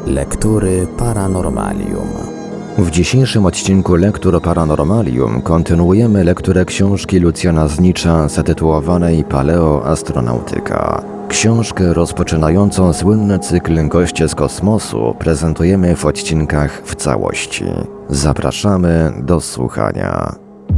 Lektury Paranormalium. W dzisiejszym odcinku Lektur Paranormalium kontynuujemy lekturę książki Lucjana Znicza zatytułowanej Paleoastronautyka. Książkę rozpoczynającą słynny cykl Goście z kosmosu prezentujemy w odcinkach w całości. Zapraszamy do słuchania.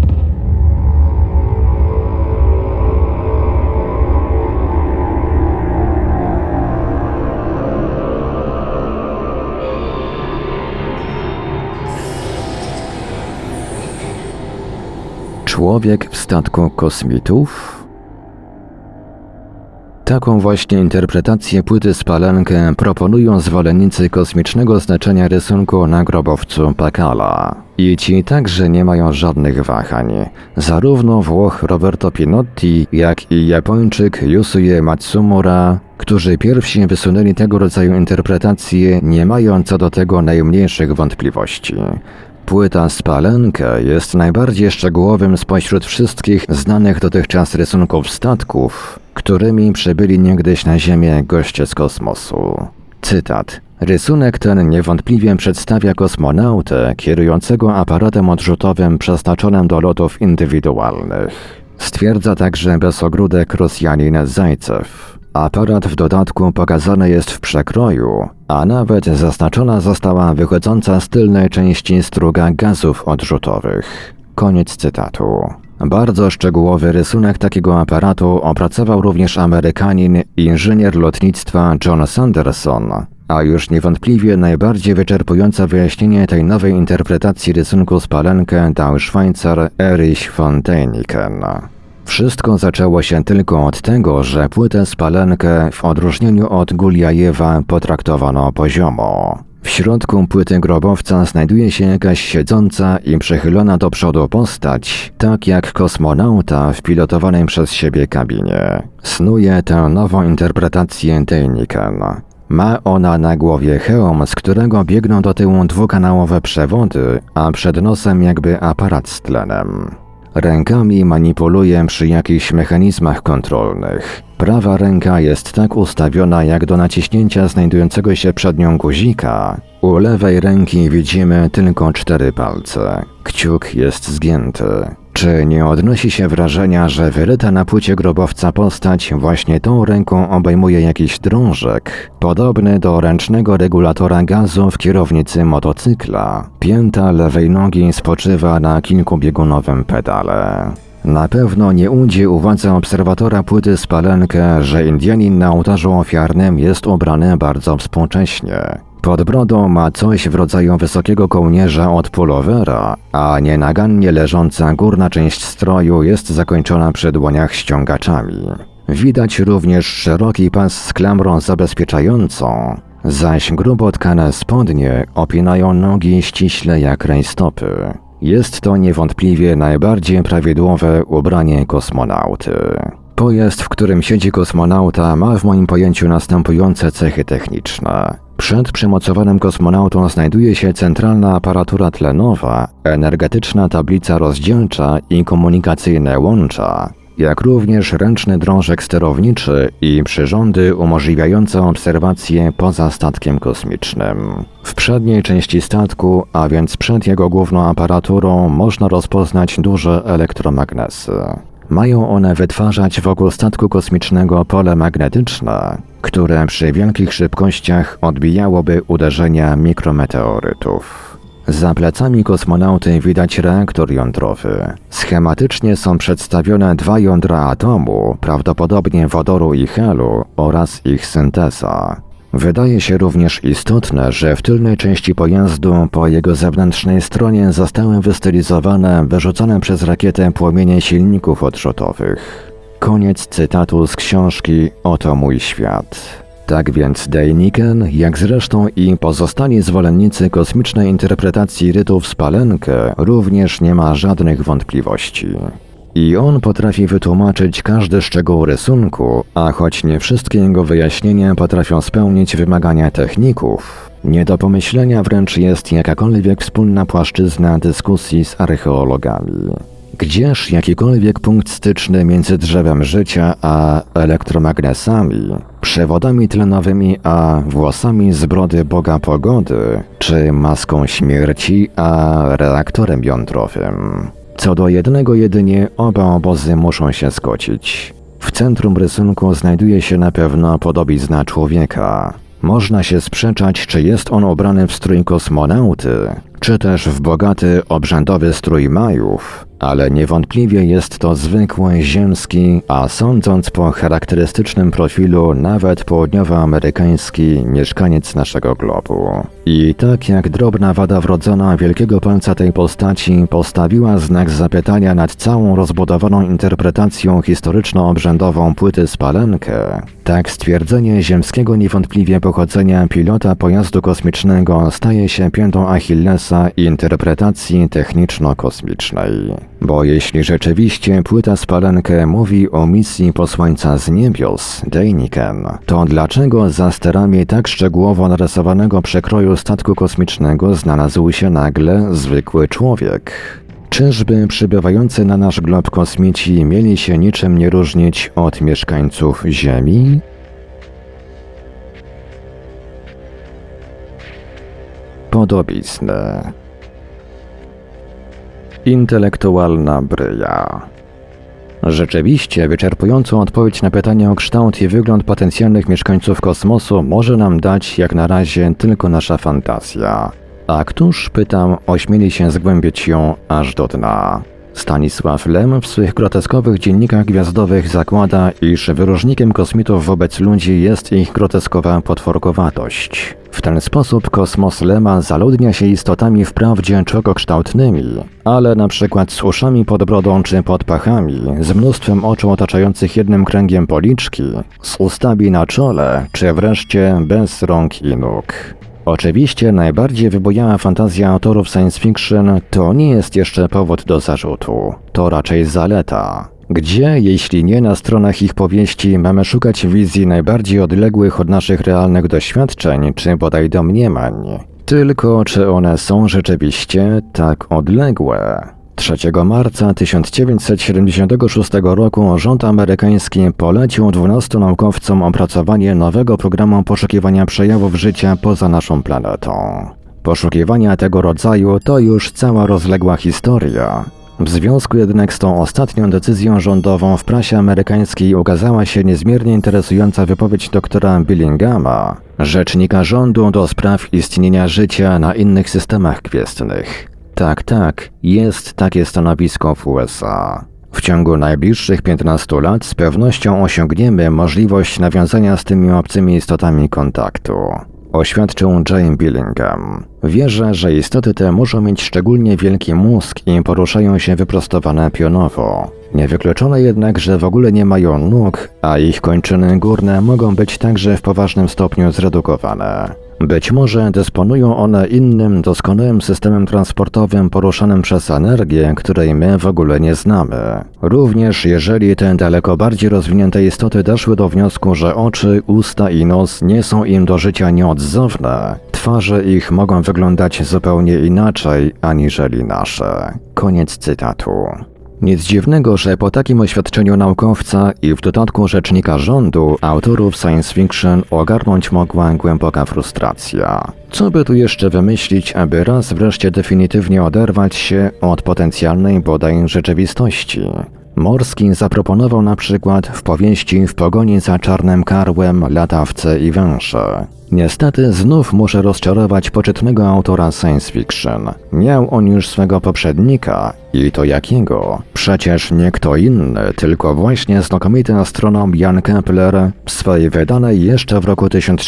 Człowiek w statku kosmitów? Taką właśnie interpretację płyty Spalenkę proponują zwolennicy kosmicznego znaczenia rysunku na grobowcu Pakala. I ci także nie mają żadnych wahań. Zarówno Włoch Roberto Pinotti, jak i Japończyk Yusuke Matsumura, którzy pierwsi wysunęli tego rodzaju interpretacje, nie mają co do tego najmniejszych wątpliwości. Płyta Spalenkę jest najbardziej szczegółowym spośród wszystkich znanych dotychczas rysunków statków, którymi przybyli niegdyś na Ziemię goście z kosmosu. Cytat. Rysunek ten niewątpliwie przedstawia kosmonautę kierującego aparatem odrzutowym przeznaczonym do lotów indywidualnych. Stwierdza także bezogródek Rosjanin Zajcew. Aparat w dodatku pokazany jest w przekroju, a nawet zaznaczona została wychodząca z tylnej części struga gazów odrzutowych. Koniec cytatu. Bardzo szczegółowy rysunek takiego aparatu opracował również Amerykanin, inżynier lotnictwa John Sanderson, a już niewątpliwie najbardziej wyczerpujące wyjaśnienie tej nowej interpretacji rysunku Spalenkę dał Szwajcar Erich von Däniken. Wszystko zaczęło się tylko od tego, że płytę Spalenkę w odróżnieniu od Guljajewa potraktowano poziomo. W środku płyty grobowca znajduje się jakaś siedząca i przechylona do przodu postać, tak jak kosmonauta w pilotowanej przez siebie kabinie. Snuje tę nową interpretację Däniken. Ma ona na głowie hełm, z którego biegną do tyłu dwukanałowe przewody, a przed nosem jakby aparat z tlenem. Rękami manipuluje przy jakichś mechanizmach kontrolnych. Prawa ręka jest tak ustawiona jak do naciśnięcia znajdującego się przed nią guzika. U lewej ręki widzimy tylko 4 palce. Kciuk jest zgięty. Czy nie odnosi się wrażenia, że wyryta na płycie grobowca postać właśnie tą ręką obejmuje jakiś drążek, podobny do ręcznego regulatora gazu w kierownicy motocykla? Pięta lewej nogi spoczywa na kilkubiegunowym pedale. Na pewno nie ujdzie uwadze obserwatora płyty Spalenkę, że Indianin na ołtarzu ofiarnym jest ubrany bardzo współcześnie. Pod brodą ma coś w rodzaju wysokiego kołnierza od pulowera, a nienagannie leżąca górna część stroju jest zakończona przy dłoniach ściągaczami. Widać również szeroki pas z klamrą zabezpieczającą, zaś grubo tkane spodnie opinają nogi ściśle jak rajstopy. Jest to niewątpliwie najbardziej prawidłowe ubranie kosmonauty. Pojazd, w którym siedzi kosmonauta, ma w moim pojęciu następujące cechy techniczne. Przed przymocowanym kosmonautą znajduje się centralna aparatura tlenowa, energetyczna tablica rozdzielcza i komunikacyjne łącza, jak również ręczny drążek sterowniczy i przyrządy umożliwiające obserwację poza statkiem kosmicznym. W przedniej części statku, a więc przed jego główną aparaturą, można rozpoznać duże elektromagnesy. Mają one wytwarzać wokół statku kosmicznego pole magnetyczne, które przy wielkich szybkościach odbijałoby uderzenia mikrometeorytów. Za plecami kosmonauty widać reaktor jądrowy. Schematycznie są przedstawione 2 jądra atomu, prawdopodobnie wodoru i helu, oraz ich synteza. Wydaje się również istotne, że w tylnej części pojazdu po jego zewnętrznej stronie zostały wystylizowane wyrzucone przez rakietę płomienie silników odrzutowych. Koniec cytatu z książki Oto mój świat. Tak więc Däniken, jak zresztą i pozostali zwolennicy kosmicznej interpretacji rytów Spalenkę, również nie ma żadnych wątpliwości. I on potrafi wytłumaczyć każdy szczegół rysunku, a choć nie wszystkie jego wyjaśnienia potrafią spełnić wymagania techników, nie do pomyślenia wręcz jest jakakolwiek wspólna płaszczyzna dyskusji z archeologami. Gdzież jakikolwiek punkt styczny między drzewem życia a elektromagnesami, przewodami tlenowymi a włosami z brody Boga Pogody, czy maską śmierci a reaktorem jądrowym? Co do jednego jedynie, oba obozy muszą się zgodzić. W centrum rysunku znajduje się na pewno podobizna człowieka. Można się sprzeczać, czy jest on ubrany w strój kosmonauty, czy też w bogaty, obrzędowy strój Majów, ale niewątpliwie jest to zwykły, ziemski, a sądząc po charakterystycznym profilu, nawet południowoamerykański mieszkaniec naszego globu. I tak jak drobna wada wrodzona wielkiego palca tej postaci postawiła znak zapytania nad całą rozbudowaną interpretacją historyczno-obrzędową płyty Spalenkę, tak stwierdzenie ziemskiego niewątpliwie pochodzenia pilota pojazdu kosmicznego staje się piętą Achillesa interpretacji techniczno-kosmicznej. Bo jeśli rzeczywiście płyta Spalenkę mówi o misji posłańca z niebios, Däniken, to dlaczego za sterami tak szczegółowo narysowanego przekroju statku kosmicznego znalazł się nagle zwykły człowiek? Czyżby przybywający na nasz glob kosmici mieli się niczym nie różnić od mieszkańców Ziemi? Podobizny. Intelektualna bryja. Rzeczywiście, wyczerpującą odpowiedź na pytanie o kształt i wygląd potencjalnych mieszkańców kosmosu może nam dać jak na razie tylko nasza fantazja. A któż, pytam, ośmieli się zgłębić ją aż do dna? Stanisław Lem w swych groteskowych dziennikach gwiazdowych zakłada, iż wyróżnikiem kosmitów wobec ludzi jest ich groteskowa potworkowatość. W ten sposób kosmos Lema zaludnia się istotami wprawdzie czokokształtnymi, ale na przykład z uszami pod brodą czy pod pachami, z mnóstwem oczu otaczających jednym kręgiem policzki, z ustami na czole, czy wreszcie bez rąk i nóg. Oczywiście najbardziej wybujała fantazja autorów science fiction to nie jest jeszcze powód do zarzutu, to raczej zaleta. Gdzie, jeśli nie na stronach ich powieści, mamy szukać wizji najbardziej odległych od naszych realnych doświadczeń czy bodaj domniemań? Tylko czy one są rzeczywiście tak odległe? 3 marca 1976 roku rząd amerykański polecił 12 naukowcom opracowanie nowego programu poszukiwania przejawów życia poza naszą planetą. Poszukiwania tego rodzaju to już cała rozległa historia. W związku jednak z tą ostatnią decyzją rządową w prasie amerykańskiej ukazała się niezmiernie interesująca wypowiedź doktora Billinghama, rzecznika rządu do spraw istnienia życia na innych systemach gwiezdnych. Tak, jest takie stanowisko w USA. W ciągu najbliższych 15 lat z pewnością osiągniemy możliwość nawiązania z tymi obcymi istotami kontaktu, oświadczył Jay Billingham. Wierzę, że istoty te muszą mieć szczególnie wielki mózg i poruszają się wyprostowane pionowo. Niewykluczone jednak, że w ogóle nie mają nóg, a ich kończyny górne mogą być także w poważnym stopniu zredukowane. Być może dysponują one innym, doskonałym systemem transportowym poruszanym przez energię, której my w ogóle nie znamy. Również jeżeli te daleko bardziej rozwinięte istoty doszły do wniosku, że oczy, usta i nos nie są im do życia nieodzowne, twarze ich mogą wyglądać zupełnie inaczej aniżeli nasze. Koniec cytatu. Nic dziwnego, że po takim oświadczeniu naukowca i w dodatku rzecznika rządu, autorów science fiction ogarnąć mogła głęboka frustracja. Co by tu jeszcze wymyślić, aby raz wreszcie definitywnie oderwać się od potencjalnej bodaj rzeczywistości? Morski zaproponował na przykład w powieści W pogoni za czarnym karłem, latawce i węże. Niestety znów muszę rozczarować poczytnego autora science fiction. Miał on już swego poprzednika i to jakiego? Przecież nie kto inny, tylko właśnie znakomity astronom Jan Kepler w swojej wydanej jeszcze w roku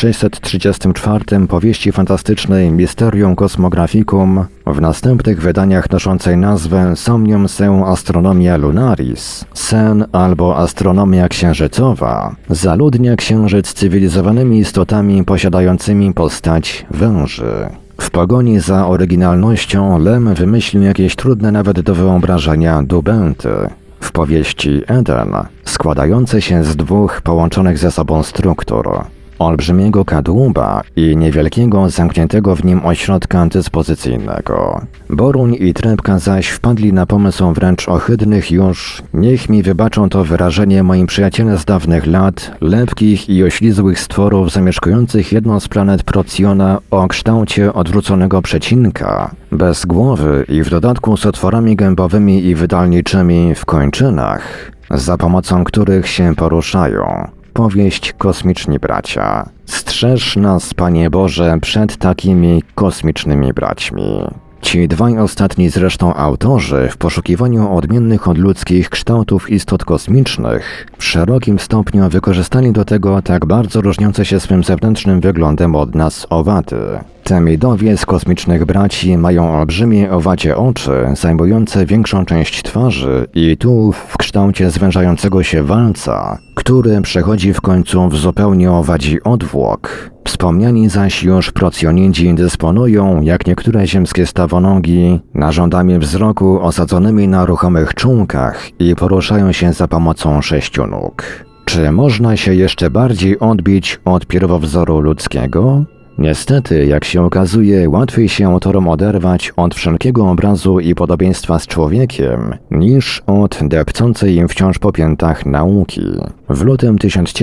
1634 powieści fantastycznej Mysterium Cosmographicum, w następnych wydaniach noszącej nazwę Somnium seu astronomia lunaris, sen albo astronomia księżycowa, zaludnia księżyc cywilizowanymi istotami posiadającymi postać węży. W pogoni za oryginalnością Lem wymyślił jakieś trudne nawet do wyobrażenia dubęty. W powieści Eden, składające się z dwóch połączonych ze sobą struktur. olbrzymiego kadłuba i niewielkiego zamkniętego w nim ośrodka dyspozycyjnego. Boruń i Trepka zaś wpadli na pomysł wręcz ohydnych już, niech mi wybaczą to wyrażenie moi przyjaciele z dawnych lat, lepkich i oślizłych stworów zamieszkujących jedną z planet Procjona o kształcie odwróconego przecinka, bez głowy i w dodatku z otworami gębowymi i wydalniczymi w kończynach, za pomocą których się poruszają. Powieść Kosmiczni Bracia. Strzeż nas, Panie Boże, przed takimi kosmicznymi braćmi. Ci dwaj ostatni zresztą autorzy w poszukiwaniu odmiennych od ludzkich kształtów istot kosmicznych w szerokim stopniu wykorzystali do tego tak bardzo różniące się swym zewnętrznym wyglądem od nas owady. Temidowie z Kosmicznych Braci mają olbrzymie owadzie oczy, zajmujące większą część twarzy i tułów w kształcie zwężającego się walca, który przechodzi w końcu w zupełnie owadzi odwłok. Wspomniani zaś już procjonidzi dysponują, jak niektóre ziemskie stawonogi, narządami wzroku osadzonymi na ruchomych czółkach i poruszają się za pomocą 6 nóg. Czy można się jeszcze bardziej odbić od pierwowzoru ludzkiego? Niestety, jak się okazuje, łatwiej się autorom oderwać od wszelkiego obrazu i podobieństwa z człowiekiem, niż od depcącej im wciąż po piętach nauki. W lutym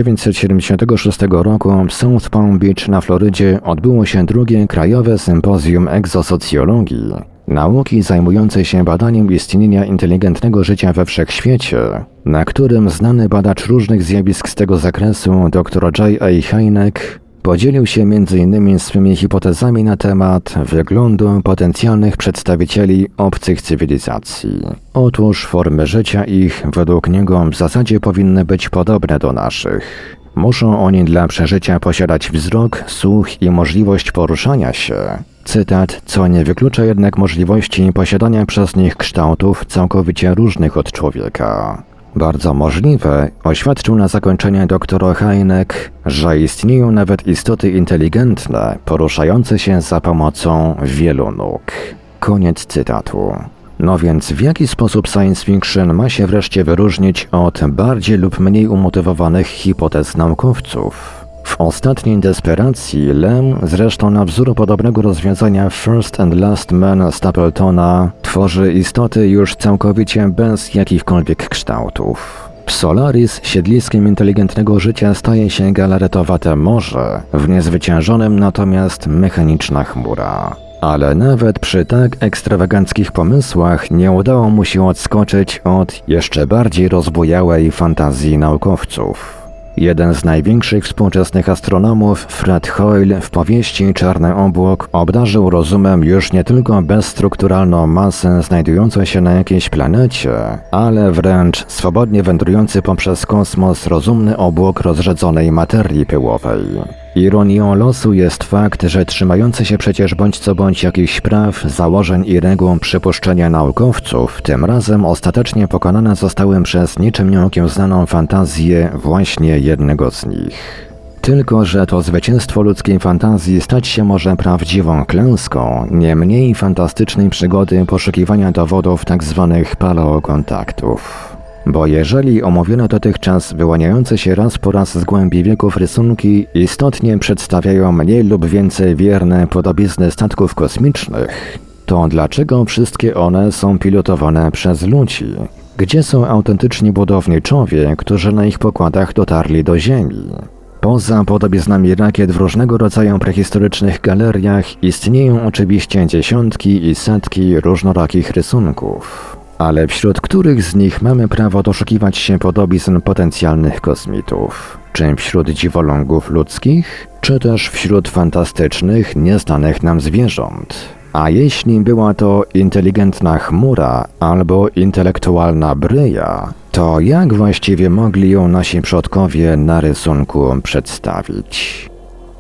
1976 roku w South Palm Beach na Florydzie odbyło się drugie krajowe sympozjum egzosocjologii, nauki zajmującej się badaniem istnienia inteligentnego życia we wszechświecie, na którym znany badacz różnych zjawisk z tego zakresu dr J.A. Hynek podzielił się m.in. swymi hipotezami na temat wyglądu potencjalnych przedstawicieli obcych cywilizacji. Otóż formy życia ich według niego w zasadzie powinny być podobne do naszych. Muszą oni dla przeżycia posiadać wzrok, słuch i możliwość poruszania się. Cytat, co nie wyklucza jednak możliwości posiadania przez nich kształtów całkowicie różnych od człowieka. Bardzo możliwe, oświadczył na zakończenie dr Hynek, że istnieją nawet istoty inteligentne, poruszające się za pomocą wielu nóg. Koniec cytatu. No więc w jaki sposób science fiction ma się wreszcie wyróżnić od bardziej lub mniej umotywowanych hipotez naukowców? W ostatniej desperacji Lem, zresztą na wzór podobnego rozwiązania First and Last Man Stapletona, tworzy istoty już całkowicie bez jakichkolwiek kształtów. W Solaris siedliskiem inteligentnego życia staje się galaretowate morze, w niezwyciężonym natomiast mechaniczna chmura. Ale nawet przy tak ekstrawaganckich pomysłach nie udało mu się odskoczyć od jeszcze bardziej rozbujałej fantazji naukowców. Jeden z największych współczesnych astronomów, Fred Hoyle, w powieści Czarny obłok obdarzył rozumem już nie tylko bezstrukturalną masę znajdującą się na jakiejś planecie, ale wręcz swobodnie wędrujący poprzez kosmos rozumny obłok rozrzedzonej materii pyłowej. Ironią losu jest fakt, że trzymające się przecież bądź co bądź jakichś praw, założeń i reguł przypuszczenia naukowców, tym razem ostatecznie pokonane zostały przez niczym nie okiełznaną fantazję właśnie jednego z nich. Tylko że to zwycięstwo ludzkiej fantazji stać się może prawdziwą klęską nie mniej fantastycznej przygody poszukiwania dowodów tzw. paleokontaktów. Bo jeżeli omówione dotychczas wyłaniające się raz po raz z głębi wieków rysunki istotnie przedstawiają mniej lub więcej wierne podobizny statków kosmicznych, to dlaczego wszystkie one są pilotowane przez ludzi? Gdzie są autentyczni budowniczowie, którzy na ich pokładach dotarli do Ziemi? Poza podobiznami rakiet w różnego rodzaju prehistorycznych galeriach istnieją oczywiście dziesiątki i setki różnorakich rysunków. Ale wśród których z nich mamy prawo doszukiwać się podobizn potencjalnych kosmitów? Czy wśród dziwolągów ludzkich? Czy też wśród fantastycznych, nieznanych nam zwierząt? A jeśli była to inteligentna chmura albo intelektualna bryja, to jak właściwie mogli ją nasi przodkowie na rysunku przedstawić?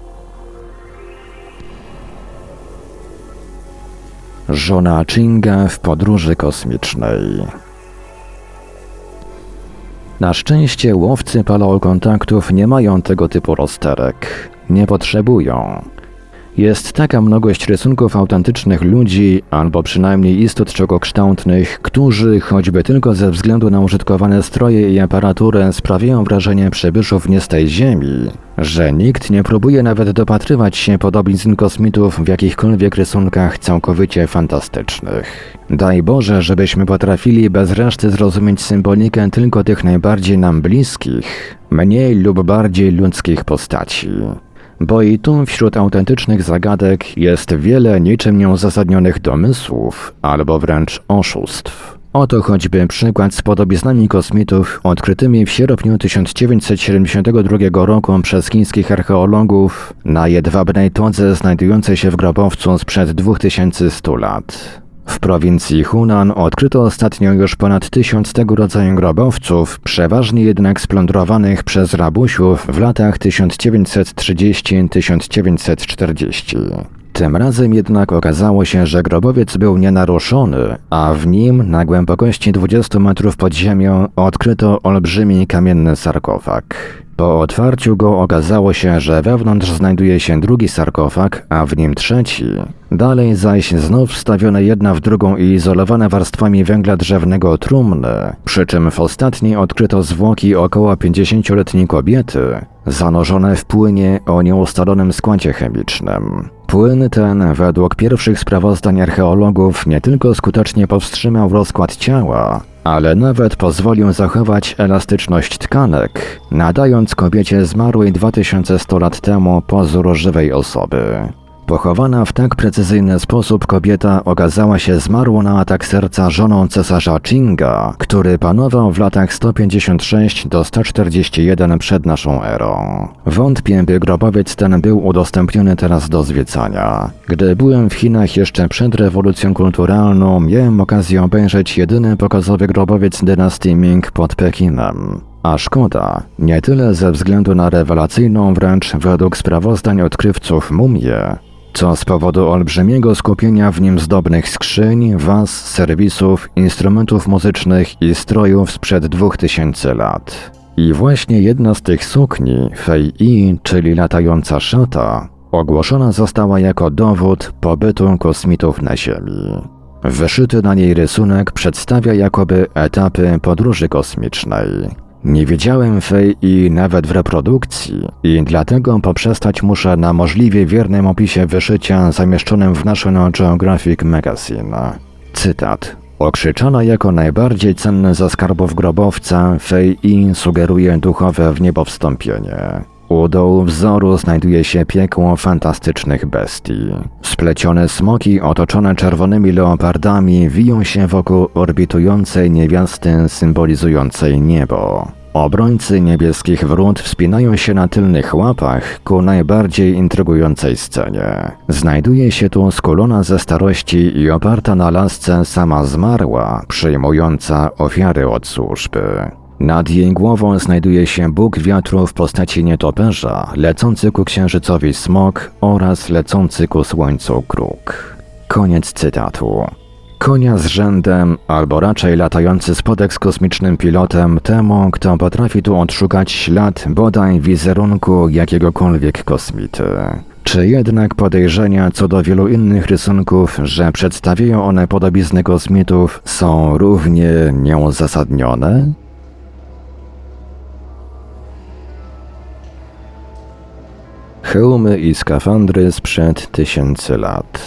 Żona Chinga w podróży kosmicznej. Na szczęście łowcy paleokontaktów nie mają tego typu rozterek. Nie potrzebują. Jest taka mnogość rysunków autentycznych ludzi, albo przynajmniej istot czegokształtnych, którzy, choćby tylko ze względu na użytkowane stroje i aparaturę, sprawiają wrażenie przybyszów nie z tej ziemi, że nikt nie próbuje nawet dopatrywać się podobizn kosmitów w jakichkolwiek rysunkach całkowicie fantastycznych. Daj Boże, żebyśmy potrafili bez reszty zrozumieć symbolikę tylko tych najbardziej nam bliskich, mniej lub bardziej ludzkich postaci. Bo i tu wśród autentycznych zagadek jest wiele niczym nieuzasadnionych domysłów albo wręcz oszustw. Oto choćby przykład z podobiznami kosmitów odkrytymi w sierpniu 1972 roku przez chińskich archeologów na jedwabnej todze znajdującej się w grobowcu sprzed 2100 lat. W prowincji Hunan odkryto ostatnio już ponad 1000 tego rodzaju grobowców, przeważnie jednak splądrowanych przez rabusiów w latach 1930–1940. Tym razem jednak okazało się, że grobowiec był nienaruszony, a w nim na głębokości 20 metrów pod ziemią odkryto olbrzymi kamienny sarkofag. Po otwarciu go okazało się, że wewnątrz znajduje się drugi sarkofag, a w nim trzeci. Dalej zaś znów wstawione jedna w drugą i izolowane warstwami węgla drzewnego trumny, przy czym w ostatniej odkryto zwłoki około 50-letniej kobiety, zanurzone w płynie o nieustalonym składzie chemicznym. Płyn ten, według pierwszych sprawozdań archeologów, nie tylko skutecznie powstrzymał rozkład ciała, ale nawet pozwolił zachować elastyczność tkanek, nadając kobiecie zmarłej 2100 lat temu pozór żywej osoby. Pochowana w tak precyzyjny sposób kobieta okazała się zmarłą na atak serca żoną cesarza Qinga, który panował w latach 156 do 141 przed naszą erą. Wątpię, by grobowiec ten był udostępniony teraz do zwiedzania. Gdy byłem w Chinach jeszcze przed rewolucją kulturalną, miałem okazję obejrzeć jedyny pokazowy grobowiec dynastii Ming pod Pekinem. A szkoda, nie tyle ze względu na rewelacyjną wręcz według sprawozdań odkrywców mumię, co z powodu olbrzymiego skupienia w nim zdobnych skrzyń, was, serwisów, instrumentów muzycznych i strojów sprzed 2000 lat. I właśnie jedna z tych sukni, Fei Yi, czyli latająca szata, ogłoszona została jako dowód pobytu kosmitów na Ziemi. Wyszyty na niej rysunek przedstawia jakoby etapy podróży kosmicznej. Nie widziałem Fei Yi nawet w reprodukcji i dlatego poprzestać muszę na możliwie wiernym opisie wyszycia zamieszczonym w National Geographic Magazine. Cytat. Okrzyczana jako najbardziej cenny ze skarbów grobowca, Fei Yi sugeruje duchowe wniebowstąpienie. U dołu wzoru znajduje się piekło fantastycznych bestii. Splecione smoki otoczone czerwonymi leopardami wiją się wokół orbitującej niewiasty symbolizującej niebo. Obrońcy niebieskich wrót wspinają się na tylnych łapach ku najbardziej intrygującej scenie. Znajduje się tu skulona ze starości i oparta na lasce sama zmarła, przyjmująca ofiary od służby. Nad jej głową znajduje się Bóg wiatru w postaci nietoperza, lecący ku księżycowi smok oraz lecący ku słońcu kruk. Koniec cytatu. Konia z rzędem, albo raczej latający spodek z kosmicznym pilotem temu, kto potrafi tu odszukać ślad bodaj wizerunku jakiegokolwiek kosmity. Czy jednak podejrzenia co do wielu innych rysunków, że przedstawiają one podobizny kosmitów, są równie nieuzasadnione? Hełmy i skafandry sprzed 1000 lat.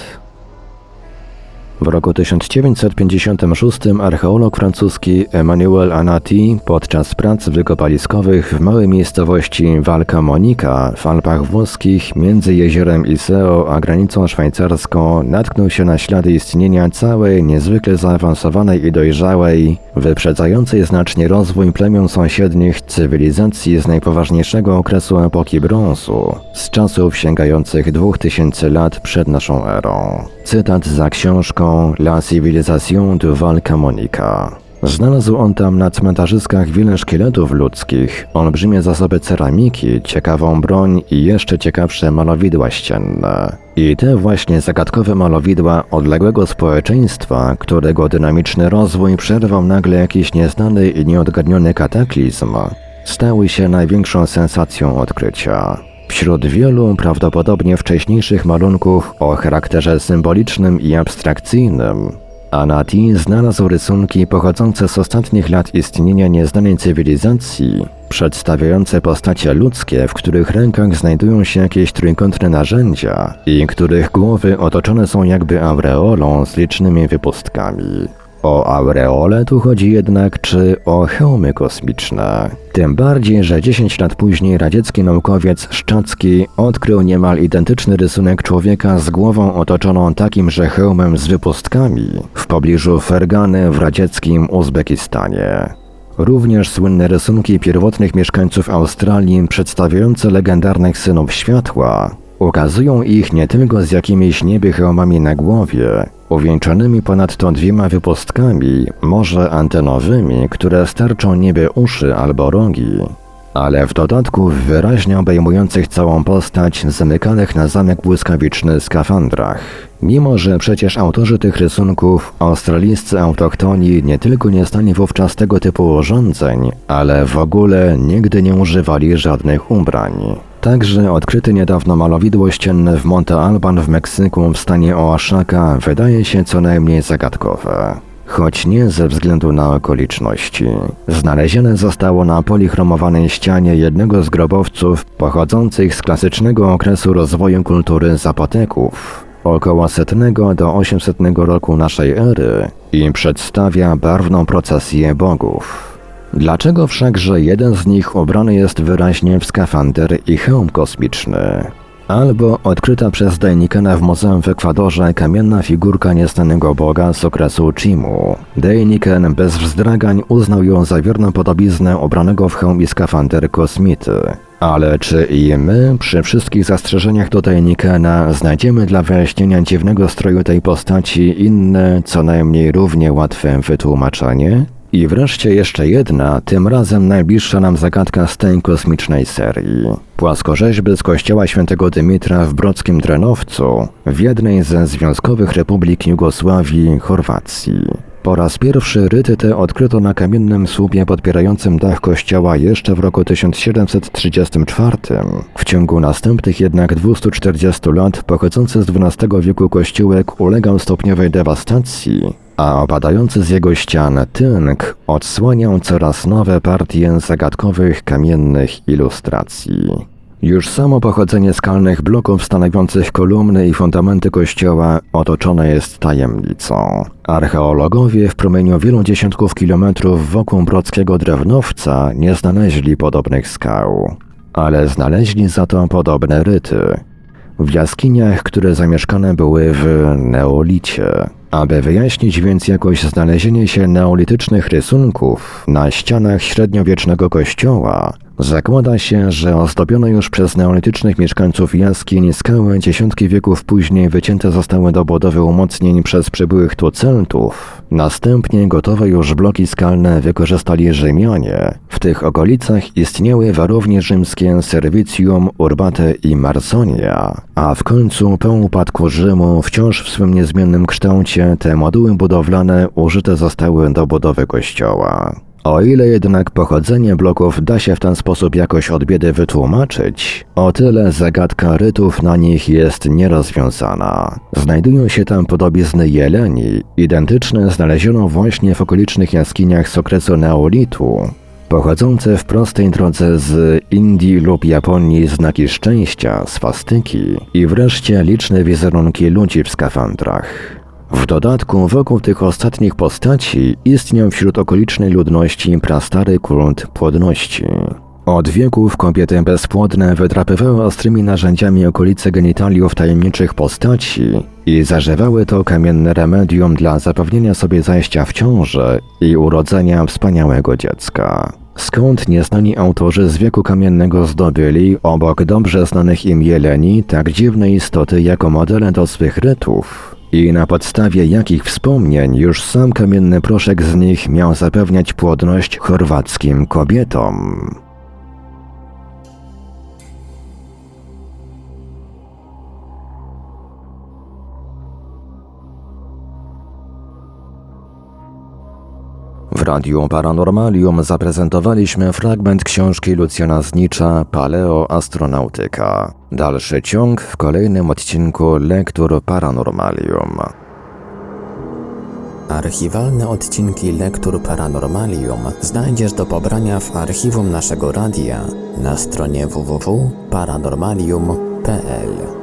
W roku 1956 archeolog francuski Emmanuel Anati podczas prac wykopaliskowych w małej miejscowości Val Camonica w Alpach Włoskich między jeziorem Iseo a granicą szwajcarską natknął się na ślady istnienia całej niezwykle zaawansowanej i dojrzałej, wyprzedzającej znacznie rozwój plemion sąsiednich cywilizacji z najpoważniejszego okresu epoki brązu, z czasów sięgających 2000 lat przed naszą erą. Cytat za książką La Civilisation du Val Camonica. Znalazł on tam na cmentarzyskach wiele szkieletów ludzkich, olbrzymie zasoby ceramiki, ciekawą broń i jeszcze ciekawsze malowidła ścienne. I te właśnie zagadkowe malowidła odległego społeczeństwa, którego dynamiczny rozwój przerwał nagle jakiś nieznany i nieodgadniony kataklizm, stały się największą sensacją odkrycia. Wśród wielu prawdopodobnie wcześniejszych malunków o charakterze symbolicznym i abstrakcyjnym, Anati znalazł rysunki pochodzące z ostatnich lat istnienia nieznanej cywilizacji, przedstawiające postacie ludzkie, w których rękach znajdują się jakieś trójkątne narzędzia i których głowy otoczone są jakby aureolą z licznymi wypustkami. O aureole tu chodzi jednak czy o hełmy kosmiczne. Tym bardziej, że 10 lat później radziecki naukowiec Szczacki odkrył niemal identyczny rysunek człowieka z głową otoczoną takimże hełmem z wypustkami w pobliżu Fergany w radzieckim Uzbekistanie. Również słynne rysunki pierwotnych mieszkańców Australii przedstawiające legendarnych synów światła ukazują ich nie tylko z jakimiś niby hełmami na głowie, uwieńczonymi ponadto 2 wypustkami, może antenowymi, które sterczą niby uszy albo rogi, ale w dodatku w wyraźnie obejmujących całą postać zamykanych na zamek błyskawiczny skafandrach. Mimo że przecież autorzy tych rysunków, australijscy autochtoni, nie tylko nie znali wówczas tego typu urządzeń, ale w ogóle nigdy nie używali żadnych ubrań. Także odkryte niedawno malowidło ścienne w Monte Alban w Meksyku w stanie Oaxaca wydaje się co najmniej zagadkowe. Choć nie ze względu na okoliczności. Znalezione zostało na polichromowanej ścianie jednego z grobowców pochodzących z klasycznego okresu rozwoju kultury Zapoteków, około 100 do 800 roku naszej ery, i przedstawia barwną procesję bogów. Dlaczego wszakże jeden z nich ubrany jest wyraźnie w skafander i hełm kosmiczny? Albo odkryta przez Deinikena w muzeum w Ekwadorze kamienna figurka nieznanego boga z okresu Chimu. Deiniken bez wzdragań uznał ją za wierną podobiznę ubranego w hełm i skafander kosmity. Ale czy i my, przy wszystkich zastrzeżeniach do Deinikena, znajdziemy dla wyjaśnienia dziwnego stroju tej postaci inne, co najmniej równie łatwe wytłumaczenie? I wreszcie jeszcze jedna, tym razem najbliższa nam zagadka z tej kosmicznej serii. Płaskorzeźby z kościoła świętego Dymitra w brodzkim Drenowcu, w jednej ze związkowych republik Jugosławii, Chorwacji. Po raz pierwszy ryty te odkryto na kamiennym słupie podpierającym dach kościoła jeszcze w roku 1734. W ciągu następnych jednak 240 lat pochodzący z XII wieku kościółek ulegał stopniowej dewastacji, a opadający z jego ścian tynk odsłaniał coraz nowe partie zagadkowych kamiennych ilustracji. Już samo pochodzenie skalnych bloków stanowiących kolumny i fundamenty kościoła otoczone jest tajemnicą. Archeologowie w promieniu wielu dziesiątków kilometrów wokół brodzkiego Drewnowca nie znaleźli podobnych skał, ale znaleźli za to podobne ryty. W jaskiniach, które zamieszkane były w neolicie. Aby wyjaśnić więc jakoś znalezienie się neolitycznych rysunków na ścianach średniowiecznego kościoła, zakłada się, że ozdobione już przez neolitycznych mieszkańców jaskiń skały dziesiątki wieków później wycięte zostały do budowy umocnień przez przybyłych tu Celtów. Następnie gotowe już bloki skalne wykorzystali Rzymianie. W tych okolicach istniały warownie rzymskie Servicium, Urbate i Marsonia, a w końcu po upadku Rzymu wciąż w swym niezmiennym kształcie te moduły budowlane użyte zostały do budowy kościoła. O ile jednak pochodzenie bloków da się w ten sposób jakoś od biedy wytłumaczyć, o tyle zagadka rytów na nich jest nierozwiązana. Znajdują się tam podobizny jeleni, identyczne znaleziono właśnie w okolicznych jaskiniach z okresu neolitu, pochodzące w prostej drodze z Indii lub Japonii znaki szczęścia, swastyki i wreszcie liczne wizerunki ludzi w skafandrach. W dodatku wokół tych ostatnich postaci istniał wśród okolicznej ludności prastary kult płodności. Od wieków kobiety bezpłodne wydrapywały ostrymi narzędziami okolice genitaliów tajemniczych postaci i zażywały to kamienne remedium dla zapewnienia sobie zajścia w ciążę i urodzenia wspaniałego dziecka. Skąd nieznani autorzy z wieku kamiennego zdobyli, obok dobrze znanych im jeleni, tak dziwne istoty jako modele do swych rytów? I na podstawie jakich wspomnień już sam kamienny proszek z nich miał zapewniać płodność chorwackim kobietom? W Radiu Paranormalium zaprezentowaliśmy fragment książki Lucjana Znicza Paleoastronautyka. Dalszy ciąg w kolejnym odcinku Lektur Paranormalium. Archiwalne odcinki Lektur Paranormalium znajdziesz do pobrania w archiwum naszego radia na stronie www.paranormalium.pl.